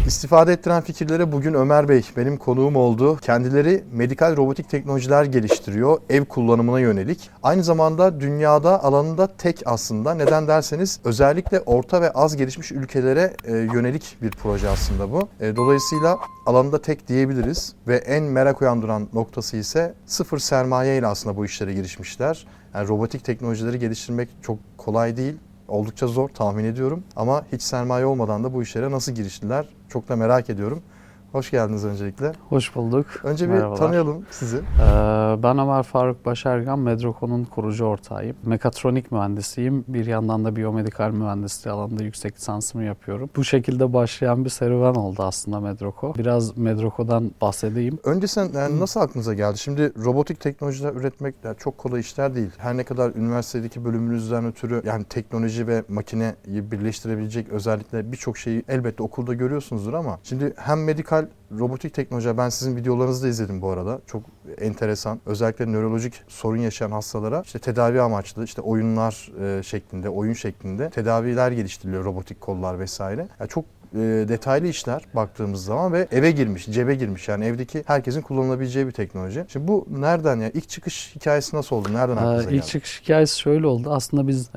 İstifade ettiren fikirlere bugün Ömer Bey benim konuğum oldu. Kendileri medikal robotik teknolojiler geliştiriyor ev kullanımına yönelik. Aynı zamanda dünyada alanında tek aslında. Neden derseniz özellikle orta ve az gelişmiş ülkelere yönelik bir proje aslında bu. Dolayısıyla alanında tek diyebiliriz ve en merak uyandıran noktası ise sıfır sermaye ile aslında bu işlere girişmişler. Yani robotik teknolojileri geliştirmek çok kolay değil. Oldukça zor tahmin ediyorum ama hiç sermaye olmadan da bu işlere nasıl giriştiler çok da merak ediyorum. Hoş geldiniz öncelikle. Hoş bulduk. Önce Merhabalar. bir tanıyalım sizi. Ben Ömer Faruk Başergan, Medroco'nun kurucu ortağıyım. Mekatronik mühendisiyim. Bir yandan da biyomedikal mühendisliği alanında yüksek lisansımı yapıyorum. Bu şekilde başlayan bir serüven oldu aslında Medroco. Biraz Medroco'dan bahsedeyim. Önce sen nasıl aklınıza geldi? Şimdi robotik teknolojiler üretmek çok kolay işler değil. Her ne kadar üniversitedeki bölümünüzden ötürü yani teknoloji ve makineyi birleştirebilecek özellikle birçok şeyi elbette okulda görüyorsunuzdur ama şimdi hem medikal robotik teknoloji, ben sizin videolarınızı da izledim bu arada. Çok enteresan. Özellikle nörolojik sorun yaşayan hastalara işte tedavi amaçlı işte oyunlar şeklinde, oyun şeklinde tedaviler geliştiriliyor, robotik kollar vesaire. Yani çok detaylı işler baktığımız zaman ve eve girmiş, cebe girmiş. Yani evdeki herkesin kullanabileceği bir teknoloji. Şimdi bu nereden ya? İlk çıkış hikayesi nasıl oldu? Nereden aklınıza geldi? İlk çıkış hikayesi şöyle oldu. Aslında biz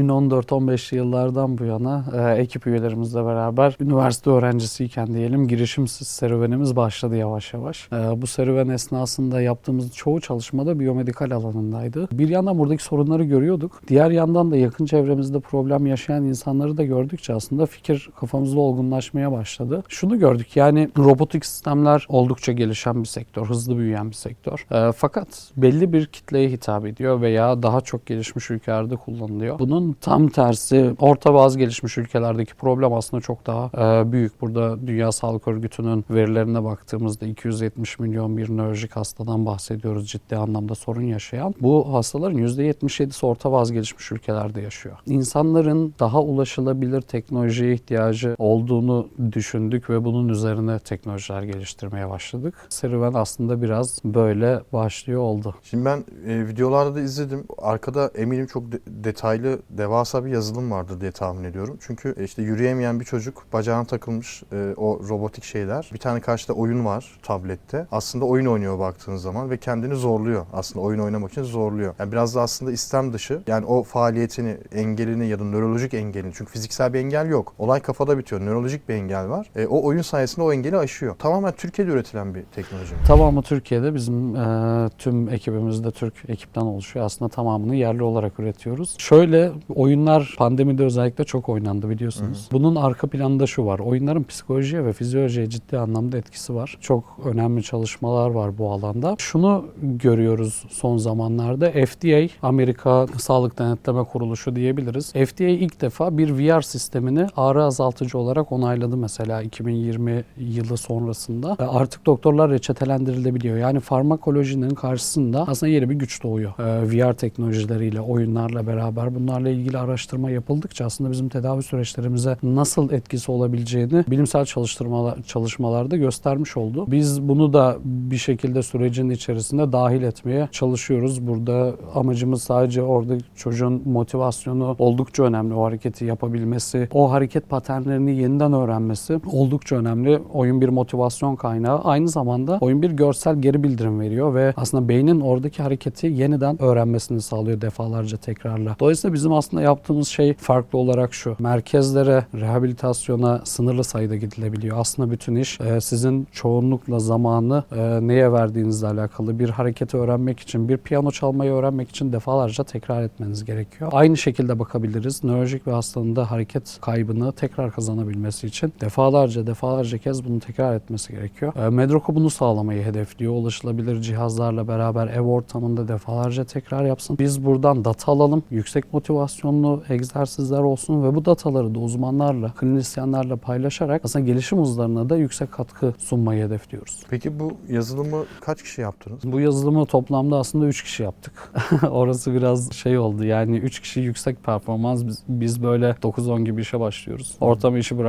2014-15 yıllardan bu yana ekip üyelerimizle beraber üniversite öğrencisiyken diyelim girişim serüvenimiz başladı yavaş yavaş. Bu serüven esnasında yaptığımız çoğu çalışmada biyomedikal alanındaydı. Bir yandan buradaki sorunları görüyorduk. Diğer yandan da yakın çevremizde problem yaşayan insanları da gördükçe aslında fikir kafamızda olgunlaşmaya başladı. Şunu gördük, yani robotik sistemler oldukça gelişen bir sektör, hızlı büyüyen bir sektör. Fakat belli bir kitleye hitap ediyor veya daha çok gelişmiş ülkelerde kullanılıyor. Bunun tam tersi orta ve az gelişmiş ülkelerdeki problem aslında çok daha büyük. Burada Dünya Sağlık Örgütü'nün verilerine baktığımızda 270 milyon bir nörolojik hastadan bahsediyoruz, ciddi anlamda sorun yaşayan. Bu hastaların %77'si orta ve az gelişmiş ülkelerde yaşıyor. İnsanların daha ulaşılabilir teknolojiye ihtiyacı olduğunu düşündük ve bunun üzerine teknolojiler geliştirmeye başladık. Serüven aslında biraz böyle başlıyor oldu. Şimdi ben videolarda da izledim. Arkada eminim çok detaylı, devasa bir yazılım vardır diye tahmin ediyorum. Çünkü işte yürüyemeyen bir çocuk, bacağına takılmış o robotik şeyler. Bir tane karşıda oyun var tablette. Aslında oyun oynuyor baktığınız zaman ve kendini zorluyor. Aslında oyun oynamak için zorluyor. Yani biraz da aslında istem dışı. Yani o faaliyetini, engelini ya da nörolojik engelini. Çünkü fiziksel bir engel yok. Olay kafada bitiyor. Nörolojik bir engel var. O oyun sayesinde o engeli aşıyor. Tamamen Türkiye'de üretilen bir teknoloji. Tamamı Türkiye'de. Bizim tüm ekibimiz de Türk ekipten oluşuyor. Aslında tamamını yerli olarak üretiyoruz. Şöyle, oyunlar pandemide özellikle çok oynandı biliyorsunuz. Bunun arka planında şu var. Oyunların psikolojiye ve fizyolojiye ciddi anlamda etkisi var. Çok önemli çalışmalar var bu alanda. Şunu görüyoruz son zamanlarda. FDA, Amerika Sağlık Denetleme Kuruluşu diyebiliriz. FDA ilk defa bir VR sistemini ağrı azaltıcı olarak onayladı mesela 2020 yılı sonrasında. Artık doktorlar reçetelendirilebiliyor. Yani farmakolojinin karşısında aslında yeni bir güç doğuyor. VR teknolojileriyle, oyunlarla beraber bunlarla ilgili araştırma yapıldıkça aslında bizim tedavi süreçlerimize nasıl etkisi olabileceğini bilimsel çalışmalarda göstermiş oldu. Biz bunu da bir şekilde sürecin içerisinde dahil etmeye çalışıyoruz. Burada amacımız sadece orada çocuğun motivasyonu oldukça önemli. O hareketi yapabilmesi, o hareket paternlerini yeniden öğrenmesi oldukça önemli. Oyun bir motivasyon kaynağı. Aynı zamanda oyun bir görsel geri bildirim veriyor ve aslında beynin oradaki hareketi yeniden öğrenmesini sağlıyor defalarca tekrarla. Dolayısıyla bizim aslında yaptığımız şey farklı olarak şu. Merkezlere, rehabilitasyona sınırlı sayıda gidilebiliyor. Aslında bütün iş sizin çoğunlukla zamanı neye verdiğinizle alakalı. Bir hareketi öğrenmek için, bir piyano çalmayı öğrenmek için defalarca tekrar etmeniz gerekiyor. Aynı şekilde bakabiliriz. Nörolojik bir hastanın da hareket kaybını tekrar kazanabilmesi için defalarca kez bunu tekrar etmesi gerekiyor. Medroco bunu sağlamayı hedefliyor. Ulaşılabilir cihazlarla beraber ev ortamında defalarca tekrar yapsın. Biz buradan data alalım. Yüksek motivasyonlu egzersizler olsun ve bu dataları da uzmanlarla, klinisyenlerle paylaşarak aslında gelişim hızlarına da yüksek katkı sunmayı hedefliyoruz. Peki bu yazılımı kaç kişi yaptınız? Bu yazılımı toplamda aslında 3 kişi yaptık. Orası biraz oldu. Yani 3 kişi yüksek performans. Biz böyle 9-10 gibi işe başlıyoruz. Ortamı işi bırakmak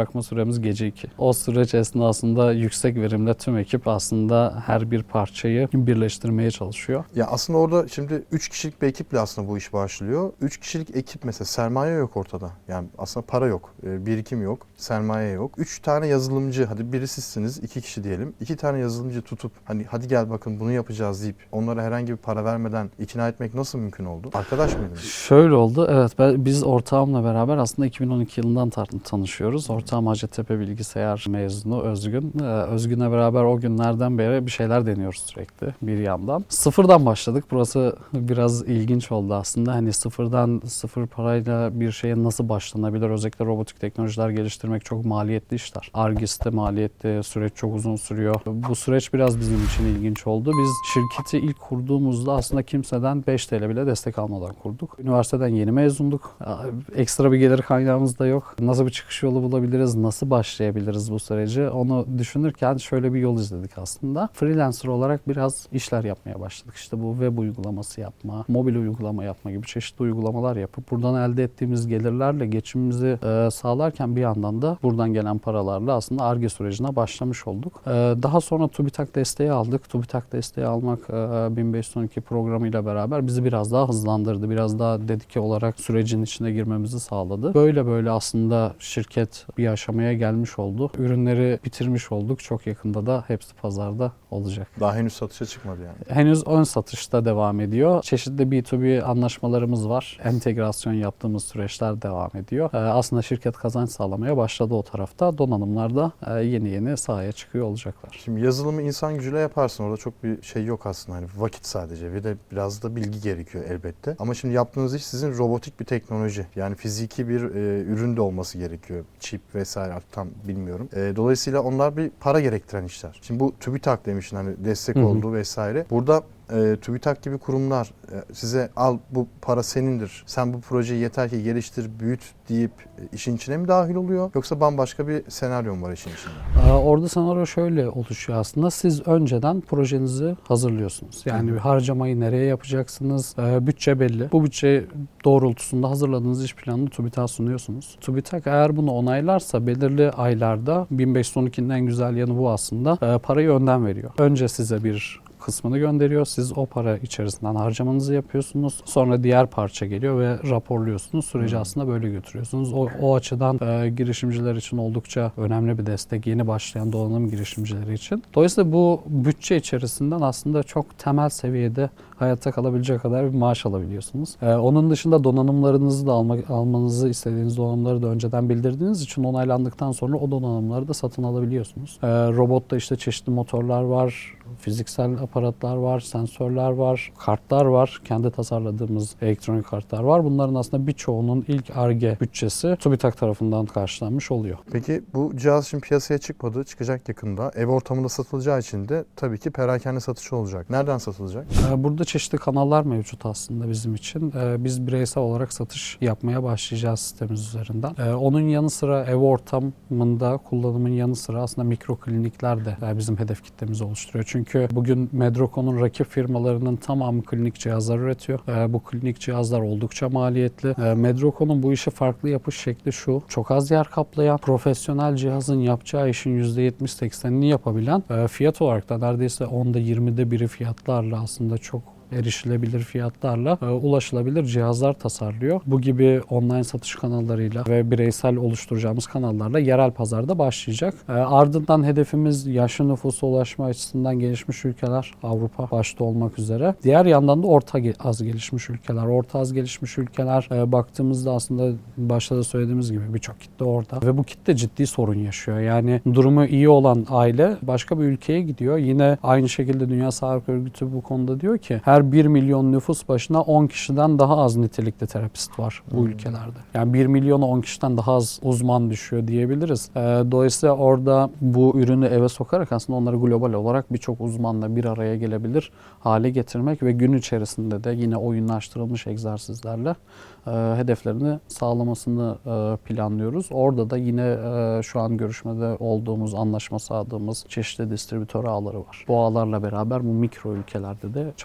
bırakma süremiz gece 2. O süreç esnasında yüksek verimle tüm ekip aslında her bir parçayı birleştirmeye çalışıyor. Ya aslında orada şimdi 3 kişilik bir ekiple aslında bu iş başlıyor. 3 kişilik ekip mesela sermaye yok ortada. Yani aslında para yok, birikim yok, sermaye yok. 3 tane yazılımcı, hadi biri sizsiniz, 2 kişi diyelim. 2 tane yazılımcı tutup hani hadi gel bakın bunu yapacağız deyip onlara herhangi bir para vermeden ikna etmek nasıl mümkün oldu? Arkadaş mıydınız? Şöyle oldu. Evet, biz ortağımla beraber aslında 2012 yılından tanışıyoruz. Ortağım Hacettepe Bilgisayar mezunu Özgün. Özgün'le beraber o günlerden beri bir şeyler deniyoruz sürekli bir yandan. Sıfırdan başladık. Burası biraz ilginç oldu aslında. Hani sıfır parayla bir şeye nasıl başlanabilir? Özellikle robotik teknolojiler geliştirmek çok maliyetli işler. Ar-Ge'si de maliyetli, süreç çok uzun sürüyor. Bu süreç biraz bizim için ilginç oldu. Biz şirketi ilk kurduğumuzda aslında kimseden 5 TL bile destek almadan kurduk. Üniversiteden yeni mezunduk. Ekstra bir gelir kaynağımız da yok. Nasıl bir çıkış yolu bulabiliriz? Nasıl başlayabiliriz bu süreci? Onu düşünürken şöyle bir yol izledik aslında. Freelancer olarak biraz işler yapmaya başladık. İşte bu web uygulaması yapma, mobil uygulama yapma gibi çeşitli uygulamalar yapıp buradan elde ettiğimiz gelirlerle geçimimizi sağlarken bir yandan da buradan gelen paralarla aslında Ar-Ge sürecine başlamış olduk. Daha sonra TÜBİTAK desteği aldık. TÜBİTAK desteği almak 1512 programıyla beraber bizi biraz daha hızlandırdı. Biraz daha dedike olarak sürecin içine girmemizi sağladı. Böyle aslında şirket bir aşamaya gelmiş oldu. Ürünleri bitirmiş olduk. Çok yakında da hepsi pazarda olacak. Daha henüz satışa çıkmadı yani. Henüz ön satışta devam ediyor. Çeşitli B2B anlaşmalarımız var. Entegrasyon yaptığımız süreçler devam ediyor. Aslında şirket kazanç sağlamaya başladı o tarafta. Donanımlar da yeni sahaya çıkıyor olacaklar. Şimdi yazılımı insan gücüyle yaparsın. Orada çok bir şey yok aslında. Hani vakit sadece ve de biraz da bilgi gerekiyor elbette. Ama şimdi yaptığınız iş sizin robotik bir teknoloji. Yani fiziki bir ürün de olması gerekiyor. Çip vesaire artık tam bilmiyorum. Dolayısıyla onlar bir para gerektiren işler. Şimdi bu TÜBİTAK demiştin hani destek oldu vesaire. Burada TÜBİTAK gibi kurumlar size al bu para senindir, sen bu projeyi yeter ki geliştir, büyüt deyip işin içine mi dahil oluyor? Yoksa bambaşka bir senaryo mu var işin içinde? Orada senaryo şöyle oluşuyor aslında. Siz önceden projenizi hazırlıyorsunuz. Yani harcamayı nereye yapacaksınız? Bütçe belli. Bu bütçe doğrultusunda hazırladığınız iş planını TÜBİTAK'a sunuyorsunuz. TÜBİTAK eğer bunu onaylarsa belirli aylarda 1512'nin en güzel yanı bu aslında. Parayı önden veriyor. Önce size bir kısmını gönderiyor. Siz o para içerisinden harcamanızı yapıyorsunuz. Sonra diğer parça geliyor ve raporluyorsunuz. Süreci aslında böyle götürüyorsunuz. O açıdan girişimciler için oldukça önemli bir destek. Yeni başlayan donanım girişimcileri için. Dolayısıyla bu bütçe içerisinden aslında çok temel seviyede hayatta kalabilecek kadar bir maaş alabiliyorsunuz. Onun dışında donanımlarınızı da almanızı istediğiniz donanımları da önceden bildirdiğiniz için onaylandıktan sonra o donanımları da satın alabiliyorsunuz. Robotta işte çeşitli motorlar var, fiziksel aparatlar var, sensörler var, kartlar var. Kendi tasarladığımız elektronik kartlar var. Bunların aslında birçoğunun ilk Ar-Ge bütçesi TÜBİTAK tarafından karşılanmış oluyor. Peki bu cihaz şimdi piyasaya çıkmadı, çıkacak yakında. Ev ortamında satılacağı için de tabii ki perakende satışı olacak. Nereden satılacak? Burada çeşitli kanallar mevcut aslında bizim için. Biz bireysel olarak satış yapmaya başlayacağız sitemiz üzerinden. Onun yanı sıra ev ortamında kullanımın yanı sıra aslında mikro klinikler de bizim hedef kitlemizi oluşturuyor. Çünkü bugün Medroco'nun rakip firmalarının tamamı klinik cihazlar üretiyor. Bu klinik cihazlar oldukça maliyetli. Medroco'nun bu işi farklı yapış şekli şu: çok az yer kaplayan, profesyonel cihazın yapacağı işin %70-80'ini yapabilen, fiyat olarak da neredeyse 10'da 20'de biri fiyatlarla aslında çok erişilebilir fiyatlarla ulaşılabilir cihazlar tasarlıyor. Bu gibi online satış kanallarıyla ve bireysel oluşturacağımız kanallarla yerel pazarda başlayacak. Ardından hedefimiz yaşlı nüfusa ulaşma açısından gelişmiş ülkeler, Avrupa başta olmak üzere. Diğer yandan da orta az gelişmiş ülkeler. Orta az gelişmiş ülkeler baktığımızda aslında başta da söylediğimiz gibi birçok kitle orada ve bu kitle ciddi sorun yaşıyor. Yani durumu iyi olan aile başka bir ülkeye gidiyor. Yine aynı şekilde Dünya Sağlık Örgütü bu konuda diyor ki her 1 milyon nüfus başına 10 kişiden daha az nitelikli terapist var bu ülkelerde. Yani 1 milyona 10 kişiden daha az uzman düşüyor diyebiliriz. Dolayısıyla orada bu ürünü eve sokarak aslında onları global olarak birçok uzmanla bir araya gelebilir hale getirmek ve gün içerisinde de yine oyunlaştırılmış egzersizlerle hedeflerini sağlamasını planlıyoruz. Orada da yine şu an görüşmede olduğumuz, anlaşma sağladığımız çeşitli distribütör ağları var. Bu ağlarla beraber bu mikro ülkelerde de çalışmalar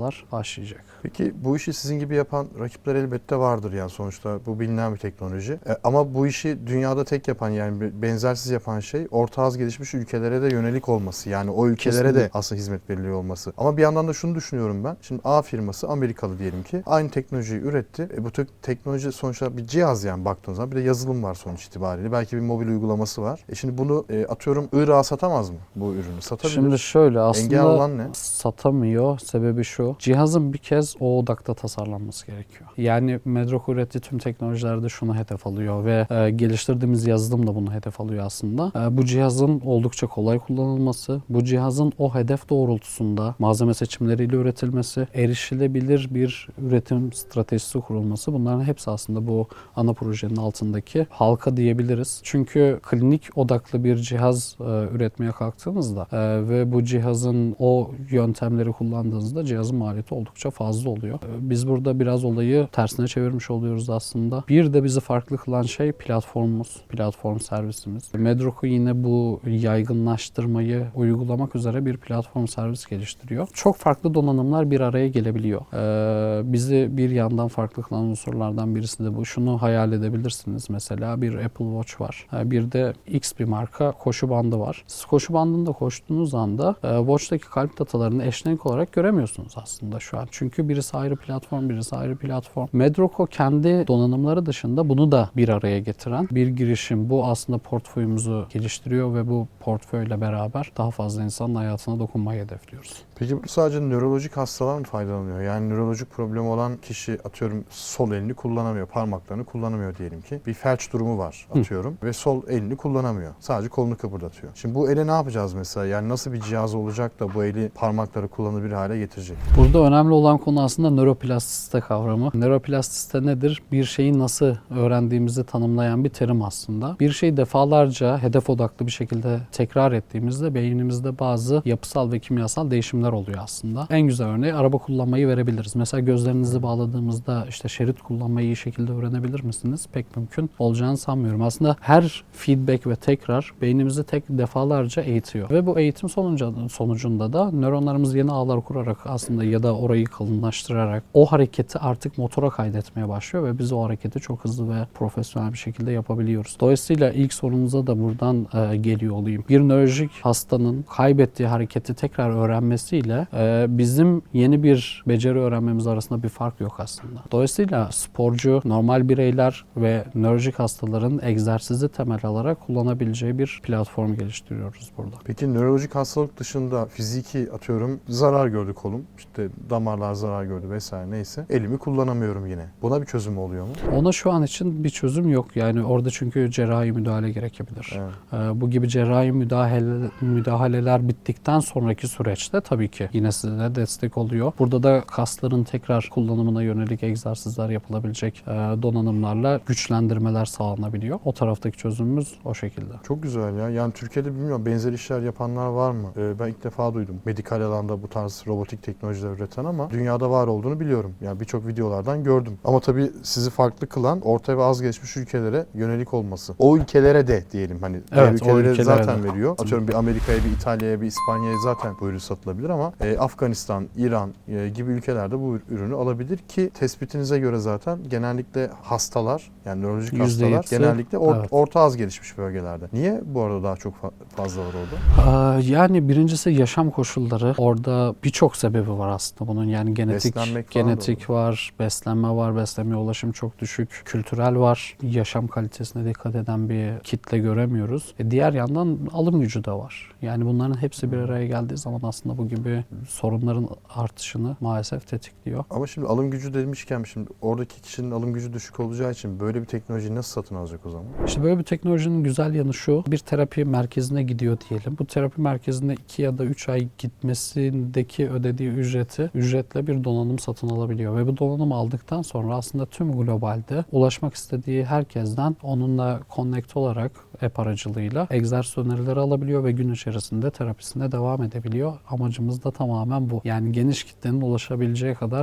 çalışmalar başlayacak. Peki bu işi sizin gibi yapan rakipler elbette vardır yani sonuçta bu bilinen bir teknoloji. Ama bu işi dünyada tek yapan yani benzersiz yapan şey orta az gelişmiş ülkelere de yönelik olması. Yani o ülkelere Kesinlikle. de aslında hizmet veriliyor olması. Ama bir yandan da şunu düşünüyorum ben. Şimdi A firması Amerikalı diyelim ki aynı teknolojiyi üretti. Bu teknoloji sonuçta bir cihaz yani baktığınız zaman bir de yazılım var sonuç itibariyle. Belki bir mobil uygulaması var. Şimdi bunu atıyorum Irak'a satamaz mı bu ürünü? Satabilir. Şimdi şöyle Engel aslında olan ne? satamıyor. Sebebi şu. Cihazın bir kez o odakta tasarlanması gerekiyor. Yani Medrock ürettiği tüm teknolojilerde şunu hedef alıyor ve geliştirdiğimiz yazılım da bunu hedef alıyor aslında. Bu cihazın oldukça kolay kullanılması, bu cihazın o hedef doğrultusunda malzeme seçimleriyle üretilmesi, erişilebilir bir üretim stratejisi kurulması, bunların hepsi aslında bu ana projenin altındaki halka diyebiliriz. Çünkü klinik odaklı bir cihaz üretmeye kalktığınızda ve bu cihazın o yöntemleri kullandığınızda cihazın maliyeti oldukça fazla oluyor. Biz burada biraz olayı tersine çevirmiş oluyoruz aslında. Bir de bizi farklı kılan şey platformumuz, platform servisimiz. Medrock'u yine bu yaygınlaştırmayı uygulamak üzere bir platform servis geliştiriyor. Çok farklı donanımlar bir araya gelebiliyor. Bizi bir yandan farklı kılan unsurlardan birisi de bu. Şunu hayal edebilirsiniz. Mesela bir Apple Watch var. Bir de X bir marka koşu bandı var. Siz koşu bandında koştuğunuz anda Watch'taki kalp datalarını eşlenik olarak göremiyorsunuz aslında şu an. Çünkü birisi ayrı platform, birisi ayrı platform. Medrock kendi donanımları dışında bunu da bir araya getiren bir girişim. Bu aslında portföyümüzü geliştiriyor ve bu portföyle beraber daha fazla insanın hayatına dokunmayı hedefliyoruz. Peki bu sadece nörolojik hastalar mı faydalanıyor? Yani nörolojik problemi olan kişi atıyorum sol elini kullanamıyor, parmaklarını kullanamıyor diyelim ki. Bir felç durumu var atıyorum ve sol elini kullanamıyor. Sadece kolunu kıpırdatıyor. Şimdi bu ele ne yapacağız mesela? Yani nasıl bir cihaz olacak da bu eli parmakları kullanılabilir hale getirecek? Burada önemli olan konu aslında nöroplastisite kavramı. Nöroplastisite nedir? Bir şeyi nasıl öğrendiğimizi tanımlayan bir terim aslında. Bir şeyi defalarca hedef odaklı bir şekilde tekrar ettiğimizde beynimizde bazı yapısal ve kimyasal değişimler oluyor aslında. En güzel örneği araba kullanmayı verebiliriz. Mesela gözlerinizi bağladığımızda işte şerit kullanmayı iyi şekilde öğrenebilir misiniz? Pek mümkün olacağını sanmıyorum. Aslında her feedback ve tekrar beynimizi tek defalarca eğitiyor. Ve bu eğitim sonucunda da nöronlarımız yeni ağlar kurarak aslında ya da orayı kalınlaştırarak o hareketi artık motora kaydetmeye başlıyor ve biz o hareketi çok hızlı ve profesyonel bir şekilde yapabiliyoruz. Dolayısıyla ilk sorunuza da buradan geliyor olayım. Bir nörolojik hastanın kaybettiği hareketi tekrar öğrenmesiyle bizim yeni bir beceri öğrenmemiz arasında bir fark yok aslında. Dolayısıyla sporcu, normal bireyler ve nörolojik hastaların egzersizi temel alarak kullanabileceği bir platform geliştiriyoruz burada. Peki nörolojik hastalık dışında fiziki atıyorum zarar gördü kolum, işte damarlar zarar gördü vesaire neyse elimi kullanamıyorum yine. Buna bir çözüm oluyor mu? Ona şu an için bir çözüm yok. Yani orada çünkü cerrahi müdahale gerekebilir. Evet. Bu gibi cerrahi müdahaleler bittikten sonraki süreçte tabii ki yine size destek oluyor. Burada da kasların tekrar kullanımına yönelik egzersizler yapılabilecek donanımlarla güçlendirmeler sağlanabiliyor. O taraftaki çözümümüz o şekilde. Çok güzel ya. Yani Türkiye'de bilmiyorum benzer işler yapanlar var mı? Ben ilk defa duydum. Medikal alanda bu tarz robotik teknolojiler üreten ama dünyada var olduğunu biliyorum. Yani birçok videolardan gördüm. Ama tabii sizi farklı kılan orta ve az gelişmiş ülkelere yönelik olması. O ülkelere de diyelim hani Evet, diğer ülkelere ülkelere zaten de veriyor. Atıyorum bir Amerika'ya, bir İtalya'ya, bir İspanya'ya zaten bu ürün satılabilir ama Afganistan, İran gibi ülkelerde bu ürünü alabilir ki tespitinize göre zaten genellikle hastalar yani nörolojik hastalar %7'si, genellikle evet. orta az gelişmiş bölgelerde. Niye bu arada daha çok fazla var orada? Yani birincisi yaşam koşulları. Orada birçok sebebi var aslında bunun. Yani genetik var, beslenme var, beslenmeye ulaşım çok düşük, kültürel var. Yaşam kalitesine dikkat eden bir kitle göremiyoruz. Diğer yandan alım gücü de var. Yani bunların hepsi bir araya geldiği zaman aslında bu gibi sorunların artışını maalesef tetikliyor. Ama şimdi alım gücü demişken şimdi oradaki kişinin alım gücü düşük olacağı için böyle bir teknolojiyi nasıl satın alacak o zaman? İşte böyle bir teknolojinin güzel yanı şu. Bir terapi merkezine gidiyor diyelim. Bu terapi merkezine 2 ya da 3 ay gitmesindeki ödediği ücretle bir donanım satın alabiliyor. Ve bu donanımı aldıktan sonra aslında tüm globalde ulaşmak istediği herkesten onunla connect olarak app aracılığıyla egzersiz önerileri alabiliyor ve gün içerisinde terapisine devam edebiliyor. Amacımız da tamamen bu. Yani geniş kitlenin ulaşabileceği kadar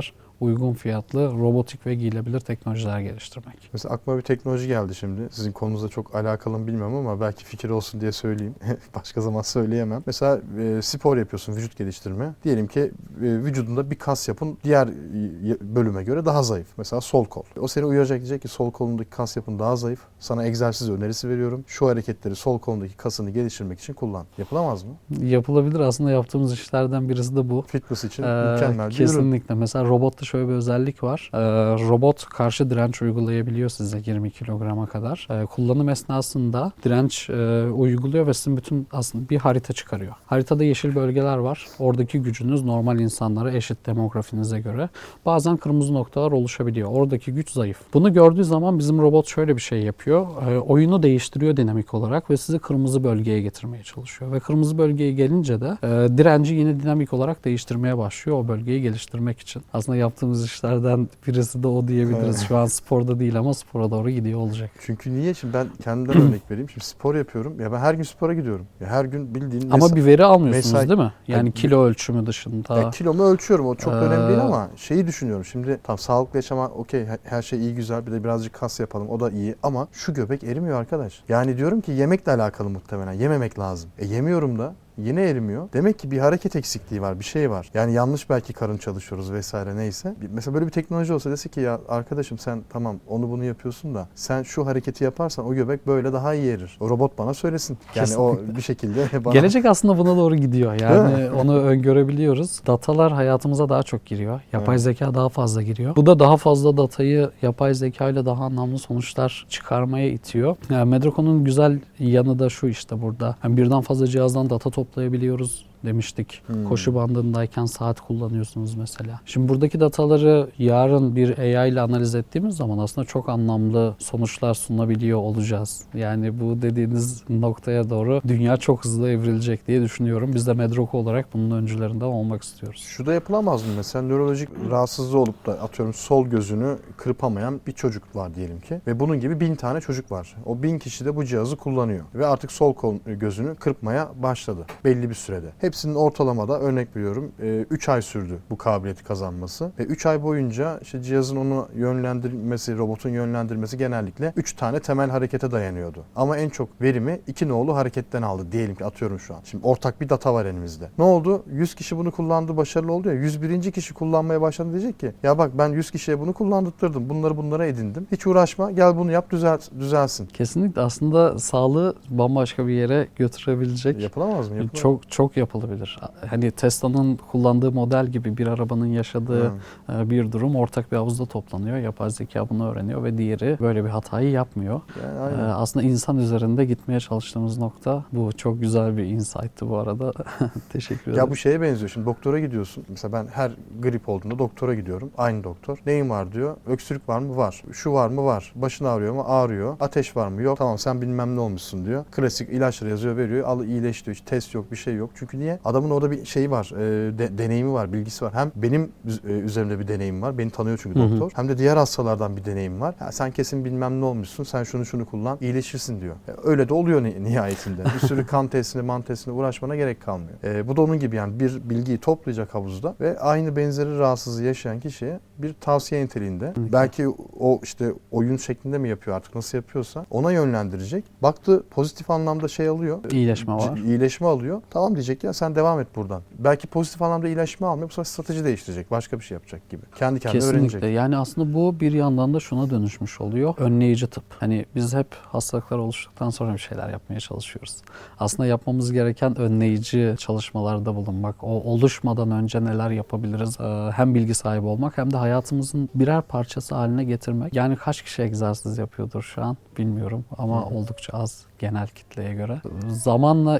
uygun fiyatlı robotik ve giyilebilir teknolojiler geliştirmek. Mesela aklıma bir teknoloji geldi şimdi. Sizin konunuzla çok alakalı mı bilmiyorum ama belki fikir olsun diye söyleyeyim. Başka zaman söyleyemem. Mesela spor yapıyorsun, vücut geliştirme. Diyelim ki vücudunda bir kas yapın diğer bölüme göre daha zayıf. Mesela sol kol. O seni uyaracak, diyecek ki sol kolundaki kas yapın daha zayıf. Sana egzersiz önerisi veriyorum. Şu hareketleri sol kolundaki kasını geliştirmek için kullan. Yapılamaz mı? Yapılabilir. Aslında yaptığımız işlerden birisi de bu. Fitness için mükemmel bir ürün. Kesinlikle. Mesela robotta şöyle bir özellik var. Robot karşı direnç uygulayabiliyor size 20 kilograma kadar. Kullanım esnasında direnç uyguluyor ve sizin bütün aslında bir harita çıkarıyor. Haritada yeşil bölgeler var. Oradaki gücünüz normal insanlara eşit demografinize göre. Bazen kırmızı noktalar oluşabiliyor. Oradaki güç zayıf. Bunu gördüğü zaman bizim robot şöyle bir şey yapıyor. Oyunu değiştiriyor dinamik olarak ve sizi kırmızı bölgeye getirmeye çalışıyor. Ve kırmızı bölgeye gelince de direnci yine dinamik olarak değiştirmeye başlıyor o bölgeyi geliştirmek için. Aslında yaptığımız işlerden birisi de o diyebiliriz. Şu an sporda değil ama spora doğru gidiyor olacak. Çünkü niye? Şimdi ben kendimden örnek vereyim. Şimdi spor yapıyorum. Ya ben her gün spora gidiyorum. Ya her gün bildiğin Ama bir veri almıyorsunuz değil mi? Yani Yani kilo ölçümü dışında. Ya kilomu ölçüyorum. O çok önemli değil ama şeyi düşünüyorum. Şimdi tam sağlıklı yaşama okey, her şey iyi güzel. Bir de birazcık kas yapalım. O da iyi ama şu göbek erimiyor arkadaş. Yani diyorum ki yemekle alakalı muhtemelen. Yememek lazım. Yemiyorum da yine erimiyor. Demek ki bir hareket eksikliği var, bir şey var. Yani yanlış belki karın çalışıyoruz vesaire neyse. Mesela böyle bir teknoloji olsa dese ki ya arkadaşım sen tamam onu bunu yapıyorsun da sen şu hareketi yaparsan o göbek böyle daha iyi erir. O robot bana söylesin. Yani Kesinlikle. o bir şekilde bana... Gelecek aslında buna doğru gidiyor. Yani onu öngörebiliyoruz. Datalar hayatımıza daha çok giriyor. Yapay zeka daha fazla giriyor. Bu da daha fazla datayı yapay zeka ile daha anlamlı sonuçlar çıkarmaya itiyor. Yani Medroco'nun güzel yanı da şu işte burada. Yani birden fazla cihazdan data toplayabiliyoruz demiştik. Koşu bandındayken saat kullanıyorsunuz mesela. Şimdi buradaki dataları yarın bir AI ile analiz ettiğimiz zaman aslında çok anlamlı sonuçlar sunabiliyor olacağız. Yani bu dediğiniz noktaya doğru dünya çok hızlı evrilecek diye düşünüyorum. Biz de Medroco olarak bunun öncülerinden olmak istiyoruz. Şu da yapılamaz mı mesela nörolojik rahatsızlığı olup da atıyorum sol gözünü kırpamayan bir çocuk var diyelim ki ve bunun gibi 1000 tane çocuk var. O 1000 kişi de bu cihazı kullanıyor ve artık sol gözünü kırpmaya başladı belli bir sürede. Hepsinin ortalamada örnek veriyorum 3 ay sürdü bu kabiliyeti kazanması ve 3 ay boyunca işte cihazın onu yönlendirmesi, robotun yönlendirmesi genellikle 3 tane temel harekete dayanıyordu. Ama en çok verimi 2 nolu hareketten aldı diyelim ki atıyorum şu an. Şimdi ortak bir data var elimizde. Ne oldu? 100 kişi bunu kullandı, başarılı oldu ya. 101. kişi kullanmaya başladı diyecek ki ya bak ben 100 kişiye bunu kullandırdım. Bunlara edindim. Hiç uğraşma. Gel bunu yap düzelsin. Kesinlikle aslında sağlığı bambaşka bir yere götürebilecek. Yapılamaz mı? Çok yapılabilir. Hani Tesla'nın kullandığı model gibi bir arabanın yaşadığı bir durum ortak bir havuzda toplanıyor. Yapay zeka bunu öğreniyor ve diğeri böyle bir hatayı yapmıyor. Yani aslında insan üzerinde gitmeye çalıştığımız nokta bu. Çok güzel bir insight'tı bu arada. Teşekkür ederim. Ya bu şeye benziyor. Şimdi doktora gidiyorsun. Mesela ben her grip olduğunda doktora gidiyorum. Aynı doktor. Neyin var diyor. Öksürük var mı? Var. Şu var mı? Var. Başın ağrıyor mu? Ağrıyor. Ateş var mı? Yok. Tamam sen bilmem ne olmuşsun diyor. Klasik ilaçları yazıyor, veriyor. Al iyileş diyor. Hiç test yok, bir şey yok. Çünkü niye? Adamın orada bir şeyi var. Deneyimi var, bilgisi var. Hem benim üzerimde bir deneyim var. Beni tanıyor çünkü doktor. Hem de diğer hastalardan bir deneyim var. Ya sen kesin bilmem ne olmuşsun. Sen şunu kullan. İyileşirsin diyor. Öyle de oluyor nihayetinde. Bir sürü kan testine uğraşmana gerek kalmıyor. Bu da onun gibi yani bir bilgiyi toplayacak havuzda ve aynı benzeri rahatsızlığı yaşayan kişiye bir tavsiye niteliğinde. Belki o işte oyun şeklinde mi yapıyor artık nasıl yapıyorsa ona yönlendirecek. Baktı pozitif anlamda şey alıyor. İyileşme var. İyileşme alıyor. Tamam diyecek ya sen devam et buradan. Belki pozitif anlamda iyileşme almıyor. Bu sefer strateji değiştirecek. Başka bir şey yapacak gibi. Kendi kendine Kesinlikle. öğrenecek. Yani aslında bu bir yandan da şuna dönüşmüş oluyor. Önleyici tıp. Hani biz hep hastalıklar oluştuktan sonra bir şeyler yapmaya çalışıyoruz. Aslında yapmamız gereken önleyici çalışmalarda bulunmak. O oluşmadan önce neler yapabiliriz? Hem bilgi sahibi olmak hem de hayatımızın birer parçası haline getirmek. Yani kaç kişi egzersiz yapıyordur şu an bilmiyorum ama oldukça az genel kitleye göre. Zamanla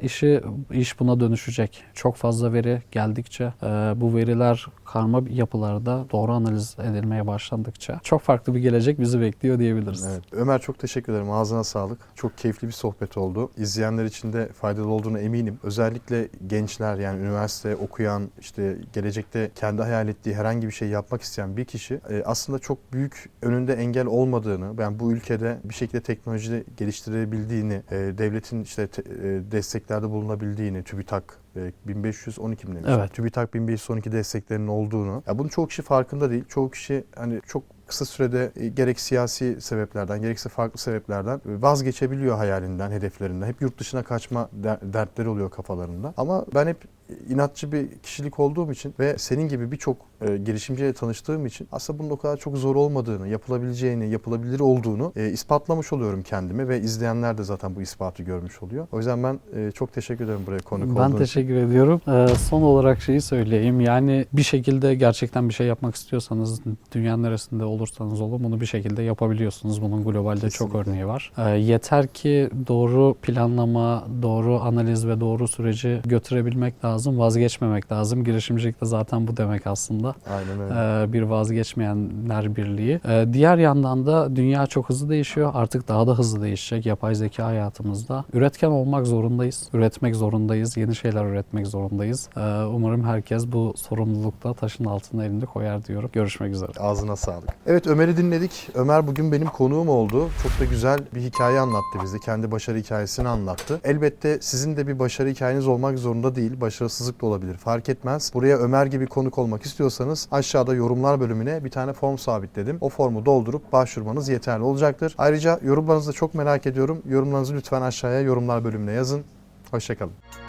iş buna dönüşecek. Çok fazla veri geldikçe bu veriler karma yapılarda doğru analiz edilmeye başlandıkça çok farklı bir gelecek bizi bekliyor diyebiliriz. Evet. Ömer çok teşekkür ederim. Ağzına sağlık. Çok keyifli bir sohbet oldu. İzleyenler için de faydalı olduğuna eminim. Özellikle gençler yani üniversite okuyan işte gelecekte kendi hayal ettiği herhangi bir şey yapmak isteyen bir kişi aslında çok büyük önünde engel olmadığını, yani bu ülkede bir şekilde teknoloji geliştirebildiğini devletin işte desteklerde bulunabildiğini, TÜBİTAK 1512 mi demiş? Evet. TÜBİTAK 1512 desteklerinin olduğunu. Ya bunu çoğu kişi farkında değil. Çoğu kişi hani çok kısa sürede gerek siyasi sebeplerden gerekse farklı sebeplerden vazgeçebiliyor hayalinden, hedeflerinden. Hep yurt dışına kaçma dertleri oluyor kafalarında. Ama ben hep inatçı bir kişilik olduğum için ve senin gibi birçok girişimciyle tanıştığım için aslında bunun o kadar çok zor olmadığını, yapılabileceğini, yapılabilir olduğunu ispatlamış oluyorum kendime ve izleyenler de zaten bu ispatı görmüş oluyor. O yüzden ben çok teşekkür ederim buraya konuk olduğun için. Ben teşekkür ediyorum. Son olarak şeyi söyleyeyim. Yani bir şekilde gerçekten bir şey yapmak istiyorsanız dünyanın neresinde olursanız olun bunu bir şekilde yapabiliyorsunuz. Bunun globalde çok örneği var. Yeter ki doğru planlama, doğru analiz ve doğru süreci götürebilmek lazım. Vazgeçmemek lazım. Girişimcilik de zaten bu demek aslında. Aynen öyle. Bir vazgeçmeyenler birliği. Diğer yandan da dünya çok hızlı değişiyor. Artık daha da hızlı değişecek. Yapay zeka hayatımızda. Üretken olmak zorundayız. Üretmek zorundayız. Yeni şeyler üretmek zorundayız. Umarım herkes bu sorumlulukta taşın altına elini koyar diyorum. Görüşmek üzere. Ağzına sağlık. Evet, Ömer'i dinledik. Ömer bugün benim konuğum oldu. Çok da güzel bir hikaye anlattı bize. Kendi başarı hikayesini anlattı. Elbette sizin de bir başarı hikayeniz olmak zorunda değil. Başarısızlık da olabilir. Fark etmez. Buraya Ömer gibi konuk olmak istiyorsanız aşağıda yorumlar bölümüne bir tane form sabitledim. O formu doldurup başvurmanız yeterli olacaktır. Ayrıca yorumlarınızı da çok merak ediyorum. Yorumlarınızı lütfen aşağıya yorumlar bölümüne yazın. Hoşça kalın.